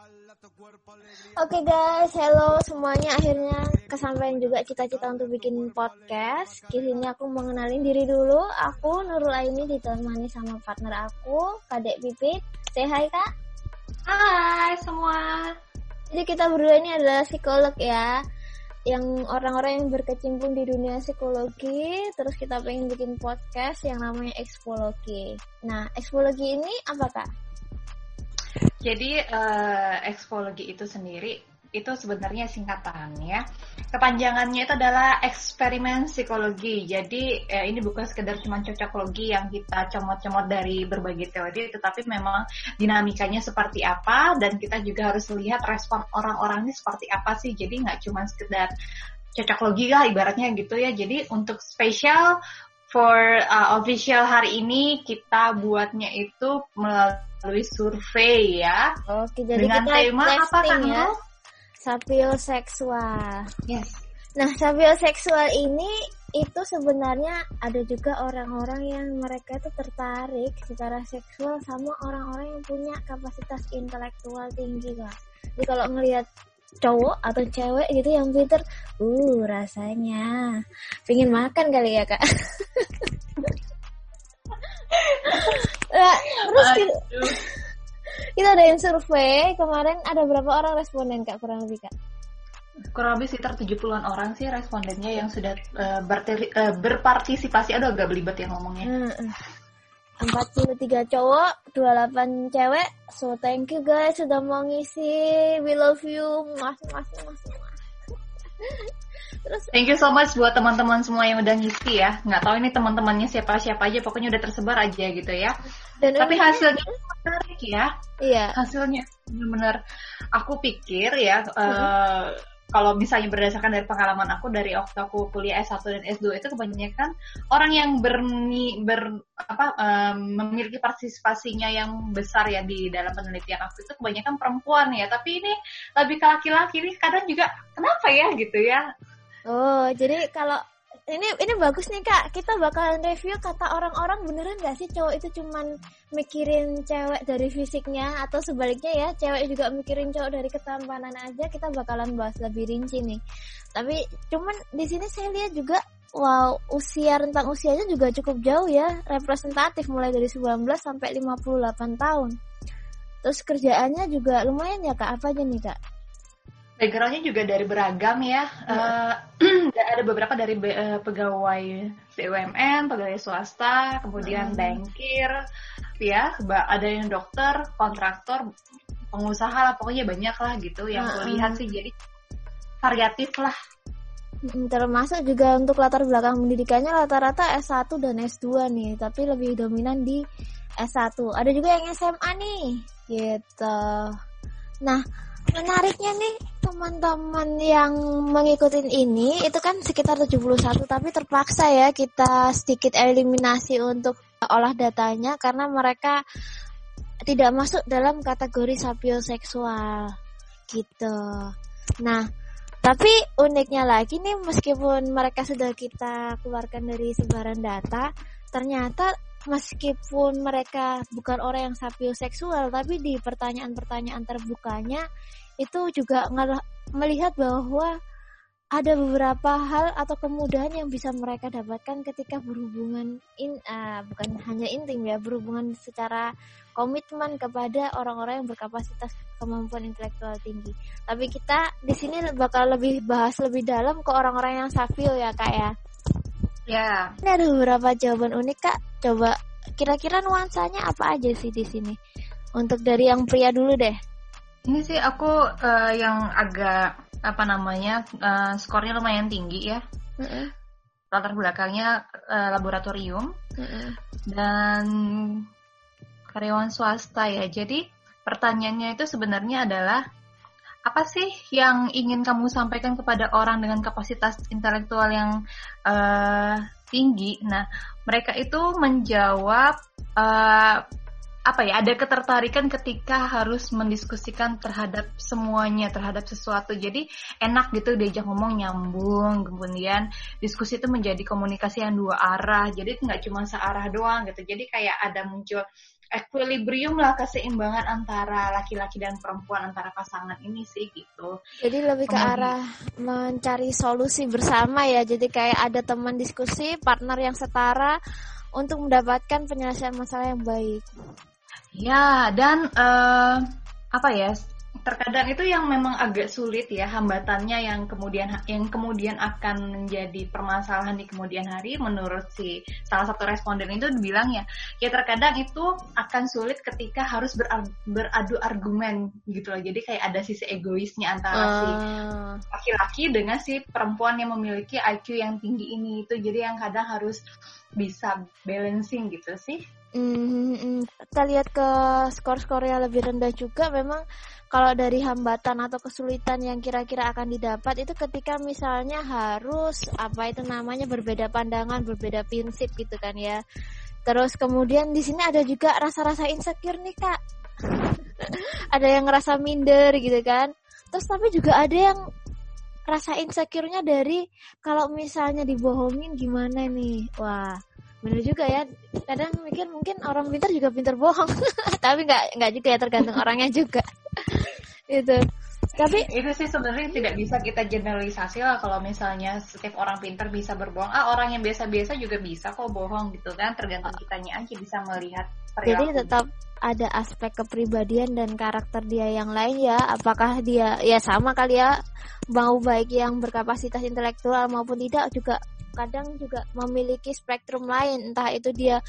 Oke guys, hello semuanya. Akhirnya kesampaian juga cita-cita untuk bikin podcast. Di sini aku mengenalin diri dulu. Aku Nurul Aini ditemani sama partner aku, Kadek Pipit. Say hi Kak. Hai semua. Jadi kita berdua ini adalah psikolog ya, yang orang-orang yang berkecimpung di dunia psikologi. Terus kita pengen bikin podcast yang namanya Ekspologi. Nah, Ekspologi ini apa Kak? Jadi ekspologi itu sendiri itu sebenarnya singkatannya, kepanjangannya itu adalah eksperimen psikologi. Jadi ini bukan sekedar cuma cocokologi yang kita comot-comot dari berbagai teori, tetapi memang dinamikanya seperti apa dan kita juga harus lihat respon orang-orang ini seperti apa sih. Jadi nggak cuma sekedar cocokologi lah ibaratnya gitu ya. Jadi untuk spesial for official hari ini kita buatnya itu melalui survei ya. Oke, jadi dengan kita tema apa kan ya? Sapioseksual. Yes. Nah, sapioseksual ini itu sebenarnya ada juga orang-orang yang mereka itu tertarik secara seksual sama orang-orang yang punya kapasitas intelektual tinggi, Kak. Jadi kalau ngelihat cowok atau cewek gitu yang pinter, rasanya pengen makan kali ya Kak. Nah, terus kita adain survei kemarin, ada berapa orang responden Kak kurang lebih Kak? Kurang lebih sekitar 70-an orang sih respondennya yang sudah berpartisipasi. Aduh agak belibet ya ngomongnya. 43 cowok, 28 cewek. So thank you guys sudah mau ngisi. We love you. Mas. Terus thank you so much buat teman-teman semua yang udah ngisi ya. Nggak tahu ini teman-temannya siapa-siapa aja, pokoknya udah tersebar aja gitu ya. Dan tapi hasilnya menarik ya. Iya. Hasilnya benar-benar aku pikir ya. Kalau misalnya berdasarkan dari pengalaman aku dari waktu aku kuliah S1 dan S2 itu kebanyakan orang yang memiliki partisipasinya yang besar ya di dalam penelitian aku itu kebanyakan perempuan ya. Tapi ini lebih ke laki-laki nih kadang juga kenapa ya gitu ya. Oh, jadi kalau ini bagus nih Kak, kita bakalan review kata orang-orang beneran gak sih cowok itu cuman mikirin cewek dari fisiknya atau sebaliknya ya, cewek juga mikirin cowok dari ketampanan aja. Kita bakalan bahas lebih rinci nih. Tapi cuman di sini saya lihat juga rentang usianya juga cukup jauh ya, representatif mulai dari 19 sampai 58 tahun. Terus kerjaannya juga lumayan ya Kak, apa aja nih Kak? Background-nya juga dari beragam ya. Ada beberapa dari pegawai BUMN, pegawai swasta, kemudian bankir, ya. Ada yang dokter, kontraktor, pengusaha lah, pokoknya banyak lah gitu yang kulihat sih. Jadi variatif lah. Termasuk juga untuk latar belakang pendidikannya rata-rata S1 dan S2 nih, tapi lebih dominan di S1. Ada juga yang SMA nih, gitu. Nah, menariknya nih teman-teman yang mengikutin ini itu kan sekitar 71, tapi terpaksa ya kita sedikit eliminasi untuk olah datanya karena mereka tidak masuk dalam kategori sapioseksual gitu. Nah, tapi uniknya lagi nih, meskipun mereka sudah kita keluarkan dari sebaran data, ternyata meskipun mereka bukan orang yang sapioseksual, tapi di pertanyaan-pertanyaan terbukanya itu juga melihat bahwa ada beberapa hal atau kemudahan yang bisa mereka dapatkan ketika berhubungan bukan hanya intim ya, berhubungan secara komitmen kepada orang-orang yang berkapasitas kemampuan intelektual tinggi. Tapi kita di sini bakal lebih bahas lebih dalam ke orang-orang yang sapio ya Kak ya. Ya. Ini ada beberapa jawaban unik Kak. Coba kira-kira nuansanya apa aja sih di sini? Untuk dari yang pria dulu deh. Ini sih aku yang agak skornya lumayan tinggi ya. Latar belakangnya laboratorium dan karyawan swasta ya. Jadi pertanyaannya itu sebenarnya adalah apa sih yang ingin kamu sampaikan kepada orang dengan kapasitas intelektual yang tinggi? Nah, mereka itu menjawab ada ketertarikan ketika harus mendiskusikan terhadap semuanya, terhadap sesuatu. Jadi enak gitu diajak ngomong nyambung, kemudian diskusi itu menjadi komunikasi yang dua arah. Jadi nggak cuma searah doang gitu. Jadi kayak ada muncul equilibrium lah, keseimbangan antara laki-laki dan perempuan, antara pasangan ini sih gitu. Jadi lebih ke arah mencari solusi bersama ya. Jadi kayak ada teman diskusi, partner yang setara untuk mendapatkan penyelesaian masalah yang baik. Ya, dan terkadang itu yang memang agak sulit ya, hambatannya yang kemudian akan menjadi permasalahan di kemudian hari. Menurut si salah satu responden itu bilang ya terkadang itu akan sulit ketika harus beradu argumen gitu loh. Jadi kayak ada sisi egoisnya antara si laki-laki dengan si perempuan yang memiliki IQ yang tinggi ini itu. Jadi yang kadang harus bisa balancing gitu sih. Kita lihat ke skor-skor yang lebih rendah juga. Memang kalau dari hambatan atau kesulitan yang kira-kira akan didapat itu ketika misalnya harus berbeda pandangan, berbeda prinsip gitu kan ya. Terus kemudian di sini ada juga rasa-rasa insecure nih Kak. Ada yang ngerasa minder gitu kan. Terus tapi juga ada yang rasa insecure-nya dari kalau misalnya dibohongin gimana nih. Wah, bener juga ya. Kadang mikir mungkin orang pintar juga pintar bohong. Tapi nggak juga ya, tergantung orangnya juga. Itu. Tapi itu sih sebenarnya tidak bisa kita generalisasi lah kalau misalnya setiap orang pintar bisa berbohong. Orang yang biasa-biasa juga bisa kok bohong gitu kan. Tergantung kitanya aja bisa melihat perilaku. Jadi tetap ada aspek kepribadian dan karakter dia yang lain ya. Apakah dia ya sama kali ya, mau baik yang berkapasitas intelektual maupun tidak, juga kadang juga memiliki spektrum lain. Entah itu dia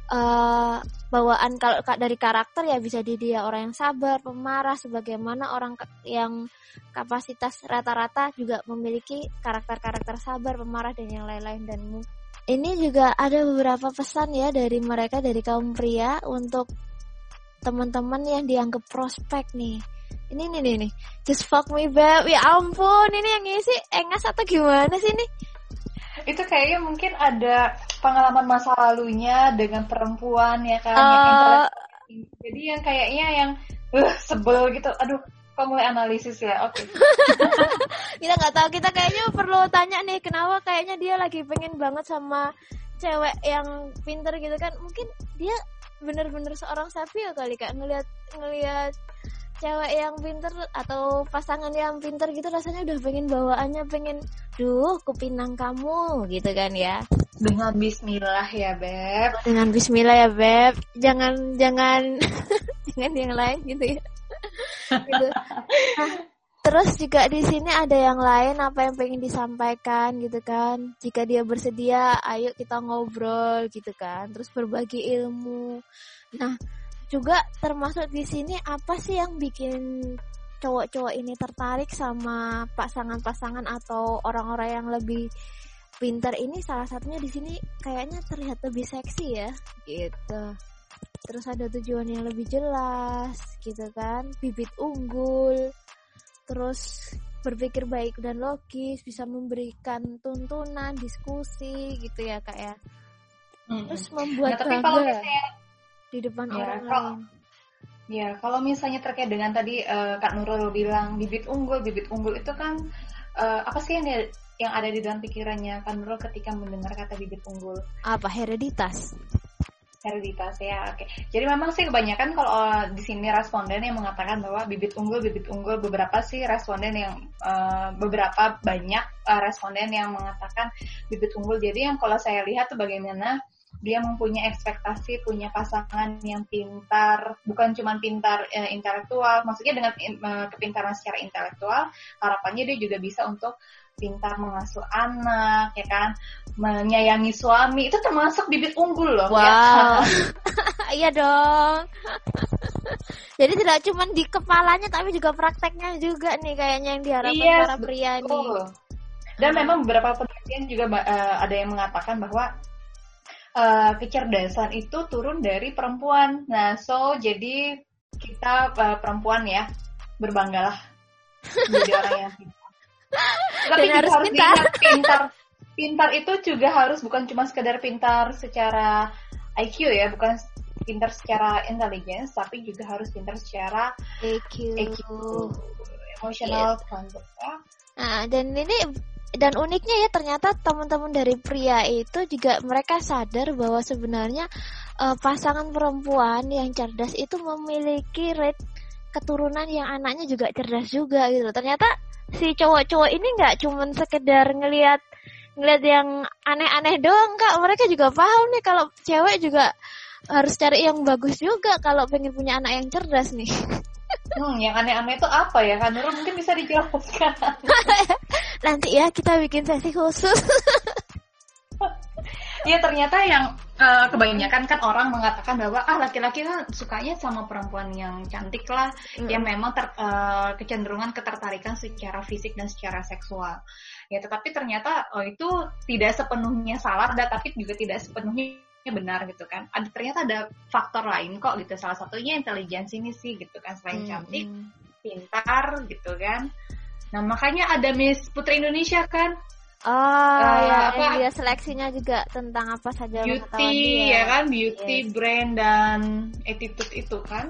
bawaan, kalau dari karakter ya bisa dia orang yang sabar, pemarah, sebagaimana orang yang kapasitas rata-rata juga memiliki karakter-karakter sabar, pemarah dan yang lain-lain. Dan ini juga ada beberapa pesan ya dari mereka, dari kaum pria untuk teman-teman yang dianggap prospek nih. Ini nih, just fuck me babe. Ya ampun, ini yang ngisi Engas atau gimana sih nih? Itu kayaknya mungkin ada pengalaman masa lalunya dengan perempuan ya kan, yang intelektual. Jadi yang kayaknya yang sebel gitu. Aduh, kok mulai analisis ya? Oke. Kita nggak tahu, kita kayaknya perlu tanya nih, kenapa kayaknya dia lagi pengen banget sama cewek yang pinter gitu kan? Mungkin dia bener-bener seorang sapio kali Kak, ngelihat cewek yang pinter atau pasangan yang pinter gitu, rasanya udah pengen bawaannya, pengen kupinang kamu gitu kan ya. Dengan bismillah ya Beb. Dengan bismillah ya Beb. Jangan jangan yang lain gitu ya. Gitu. Nah, terus juga di sini ada yang lain apa yang pengen disampaikan gitu kan. Jika dia bersedia, ayo kita ngobrol gitu kan. Terus berbagi ilmu. Nah, juga termasuk di sini apa sih yang bikin cowok-cowok ini tertarik sama pasangan-pasangan atau orang-orang yang lebih pintar ini? Salah satunya di sini kayaknya terlihat lebih seksi ya, gitu. Terus ada tujuan yang lebih jelas, gitu kan? Bibit unggul, terus berpikir baik dan logis, bisa memberikan tuntunan, diskusi, gitu ya Kak ya. Terus membuat bangga di depan orang lain. Ya, kalau misalnya terkait dengan tadi Kak Nurul bilang bibit unggul itu kan apa sih yang ada di dalam pikirannya Kak Nurul ketika mendengar kata bibit unggul? Apa? Hereditas ya, oke. Jadi memang sih kebanyakan kalau di sini responden yang mengatakan bahwa bibit unggul, beberapa sih responden yang beberapa banyak responden yang mengatakan bibit unggul. Jadi yang kalau saya lihat tuh bagaimana dia mempunyai ekspektasi punya pasangan yang pintar, bukan cuma pintar intelektual, maksudnya dengan kepintaran secara intelektual, harapannya dia juga bisa untuk pintar mengasuh anak, ya kan, menyayangi suami, itu termasuk bibit unggul loh. Wow. Ya. Iya dong. Jadi tidak cuma di kepalanya, tapi juga prakteknya juga nih kayaknya yang diharapkan para pria nih. Dan memang beberapa penelitian juga ada yang mengatakan bahwa kecerdasan itu turun dari perempuan. Nah, jadi kita perempuan ya, berbanggalah menjadi orang yang pintar. Tapi juga harus diingat, pintar itu juga harus bukan cuma sekedar pintar secara IQ ya, bukan pintar secara intelligence, tapi juga harus pintar secara EQ emotional conduct ya. Nah, dan uniknya ya, ternyata teman-teman dari pria itu juga mereka sadar bahwa sebenarnya pasangan perempuan yang cerdas itu memiliki rate keturunan yang anaknya juga cerdas juga gitu. Ternyata si cowok-cowok ini nggak cuman sekedar ngelihat yang aneh-aneh doang, Kak. Mereka juga paham nih kalau cewek juga harus cari yang bagus juga kalau pengen punya anak yang cerdas nih. Yang aneh-aneh itu apa ya, Kak Nurul? Mungkin bisa dijelaskan. Nanti ya kita bikin sesi khusus. Ya ternyata yang kebanyakan kan orang mengatakan bahwa laki-laki kan sukanya sama perempuan yang cantik lah, yang memang kecenderungan ketertarikan secara fisik dan secara seksual. Ya tetapi ternyata itu tidak sepenuhnya salah, tapi juga tidak sepenuhnya benar gitu kan. Ternyata ada faktor lain kok gitu. Salah satunya intelijensi ini sih gitu kan, selain cantik, pintar gitu kan. Nah makanya ada Miss Putri Indonesia kan. Dia seleksinya juga tentang apa saja beauty ya kan, beauty, brand dan attitude itu kan.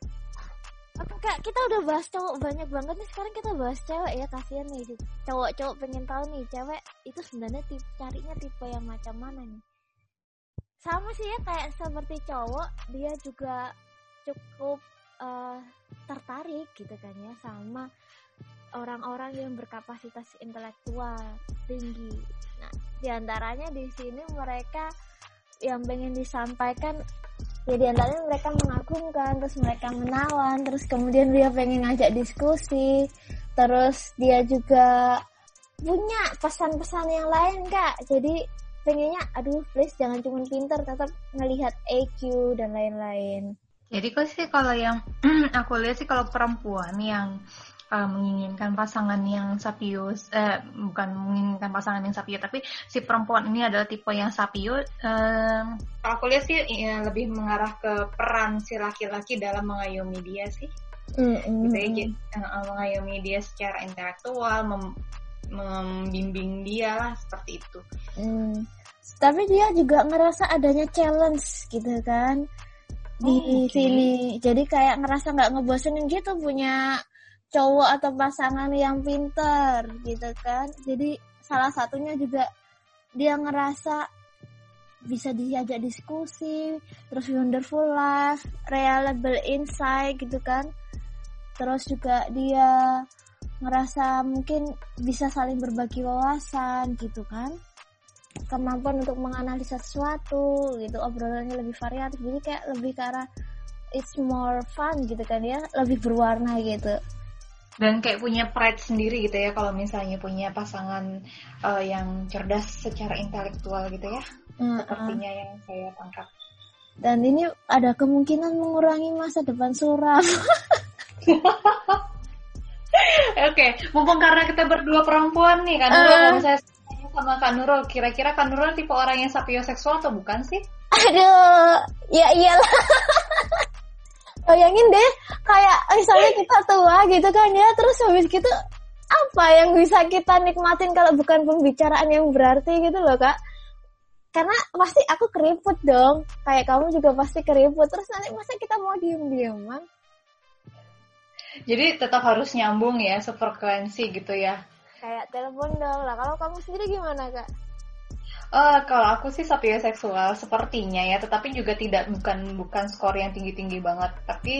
Oke Kak, kita udah bahas cowok banyak banget nih, sekarang kita bahas cewek ya. Kasian nih cowok-cowok pengen tahu nih cewek itu sebenarnya carinya tipe yang macam mana nih. Sama sih ya kayak seperti cowok, dia juga cukup tertarik gitu kan ya sama orang-orang yang berkapasitas intelektual tinggi. Nah, diantaranya di sini mereka yang pengen disampaikan, ya diantaranya mereka mengagumkan, terus mereka menawan, terus kemudian dia pengen ngajak diskusi, terus dia juga punya pesan-pesan yang lain Kak. Jadi pengennya, aduh please jangan cuma pintar, tetap ngelihat EQ dan lain-lain. Jadi kalau yang aku lihat sih kalau perempuan yang menginginkan pasangan yang sapius, bukan menginginkan pasangan yang sapio, tapi si perempuan ini adalah tipe yang sapio. Aku lihat sih lebih mengarah ke peran si laki-laki dalam mengayomi dia sih. Gitu ya, mengayomi dia secara intelektual, membimbing dia lah seperti itu. Tapi dia juga ngerasa adanya challenge gitu kan di sini. Jadi kayak ngerasa nggak ngebosenin gitu punya cowok atau pasangan yang pintar gitu kan. Jadi salah satunya juga dia ngerasa bisa diajak diskusi, terus wonderful life, reliable insight gitu kan. Terus juga dia ngerasa mungkin bisa saling berbagi wawasan gitu kan. Kemampuan untuk menganalisa sesuatu gitu, obrolannya lebih variatif. Jadi kayak lebih ke arah it's more fun gitu kan ya, lebih berwarna gitu. Dan kayak punya pride sendiri gitu ya kalau misalnya punya pasangan yang cerdas secara intelektual gitu ya. Sepertinya yang saya tangkap. Dan ini ada kemungkinan mengurangi masa depan suram. Oke, mumpung karena kita berdua perempuan nih Kak Nurul, kalau saya tanya sama Kak Nurul, kira-kira Kak Nurul tipe orang yang sapioseksual atau bukan sih? Aduh, ya iyalah. Bayangin deh, kayak misalnya kita tua gitu kan ya, terus habis gitu apa yang bisa kita nikmatin kalau bukan pembicaraan yang berarti gitu loh Kak. Karena pasti aku keriput dong, kayak kamu juga pasti keriput, terus nanti masa kita mau diem-dieman? Jadi tetap harus nyambung ya, sefrekuensi gitu ya. Kayak telepon dong lah. Kalau kamu sendiri gimana Kak? Kalau aku sih sapioseksual sepertinya ya, tetapi juga bukan skor yang tinggi-tinggi banget. Tapi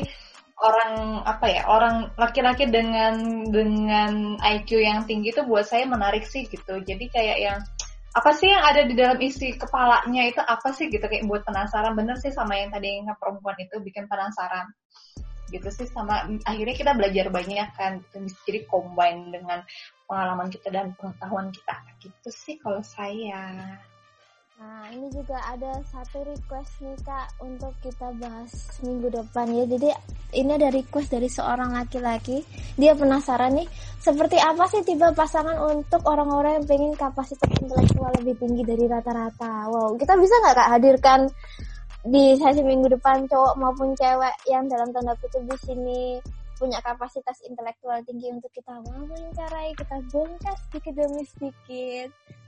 orang laki-laki dengan IQ yang tinggi itu buat saya menarik sih gitu. Jadi kayak yang apa sih yang ada di dalam isi kepalanya itu apa sih gitu, kayak buat penasaran. Bener sih sama yang tadi yang perempuan itu bikin penasaran gitu sih, sama akhirnya kita belajar banyak kan gitu. Jadi combine dengan pengalaman kita dan pengetahuan kita gitu sih kalau saya. Nah ini juga ada satu request nih Kak untuk kita bahas minggu depan ya. Jadi ini ada request dari seorang laki-laki. Dia penasaran nih, seperti apa sih tipe pasangan untuk orang-orang yang pengen kapasitas intelektual lebih tinggi dari rata-rata. Wow, kita bisa nggak Kak hadirkan di sesi minggu depan cowok maupun cewek yang dalam tanda kutip di sini punya kapasitas intelektual tinggi untuk kita wawancarai, kita bongkar sedikit demi sedikit.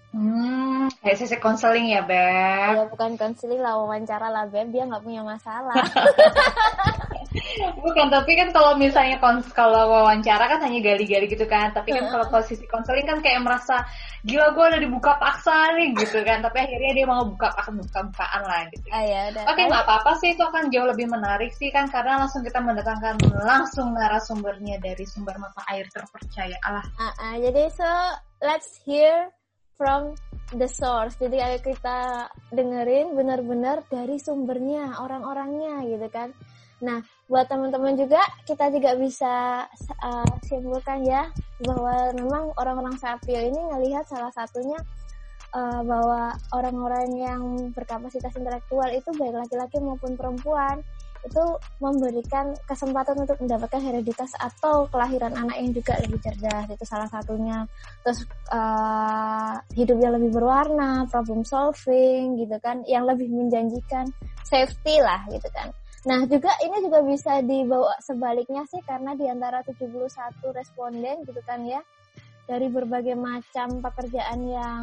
Kayak sesi konseling ya, Beb. Ya bukan konseling lah, wawancara lah Beb, dia nggak punya masalah. Bukan, tapi kan kalau misalnya kalau wawancara kan hanya gali-gali gitu kan. Tapi kan kalau posisi konseling kan kayak merasa gila gue udah dibuka paksa nih gitu kan. Tapi akhirnya dia mau buka-bukaan lah gitu. Ya udah. Oke, nggak apa-apa sih, itu akan jauh lebih menarik sih kan, karena langsung kita mendatangkan langsung narasumbernya dari sumber mata air terpercaya. Jadi let's hear from the source. Jadi ayo kita dengerin benar-benar dari sumbernya, orang-orangnya gitu kan. Nah, buat teman-teman juga, kita juga bisa simpulkan ya, bahwa memang orang-orang Sapio ini ngelihat salah satunya bahwa orang-orang yang berkapasitas intelektual itu baik laki-laki maupun perempuan itu memberikan kesempatan untuk mendapatkan hereditas atau kelahiran anak yang juga lebih cerdas, itu salah satunya. Terus hidup yang lebih berwarna, problem solving gitu kan, yang lebih menjanjikan, safety lah gitu kan. Nah juga ini juga bisa dibawa sebaliknya sih, karena di antara 71 responden gitu kan ya, dari berbagai macam pekerjaan yang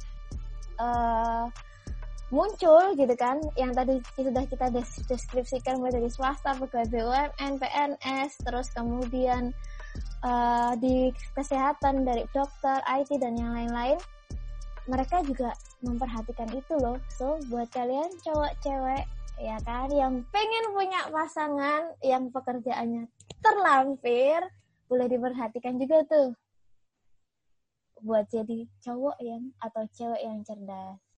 muncul gitu kan, yang tadi sudah kita deskripsikan, mulai dari swasta, pegawai BUMN, PNS, terus kemudian di kesehatan dari dokter, IT dan yang lain-lain, mereka juga memperhatikan itu loh. So buat kalian cowok cewek ya kan yang pengen punya pasangan yang pekerjaannya terlampir, boleh diperhatikan juga tuh buat jadi cowok yang atau cewek yang cerdas.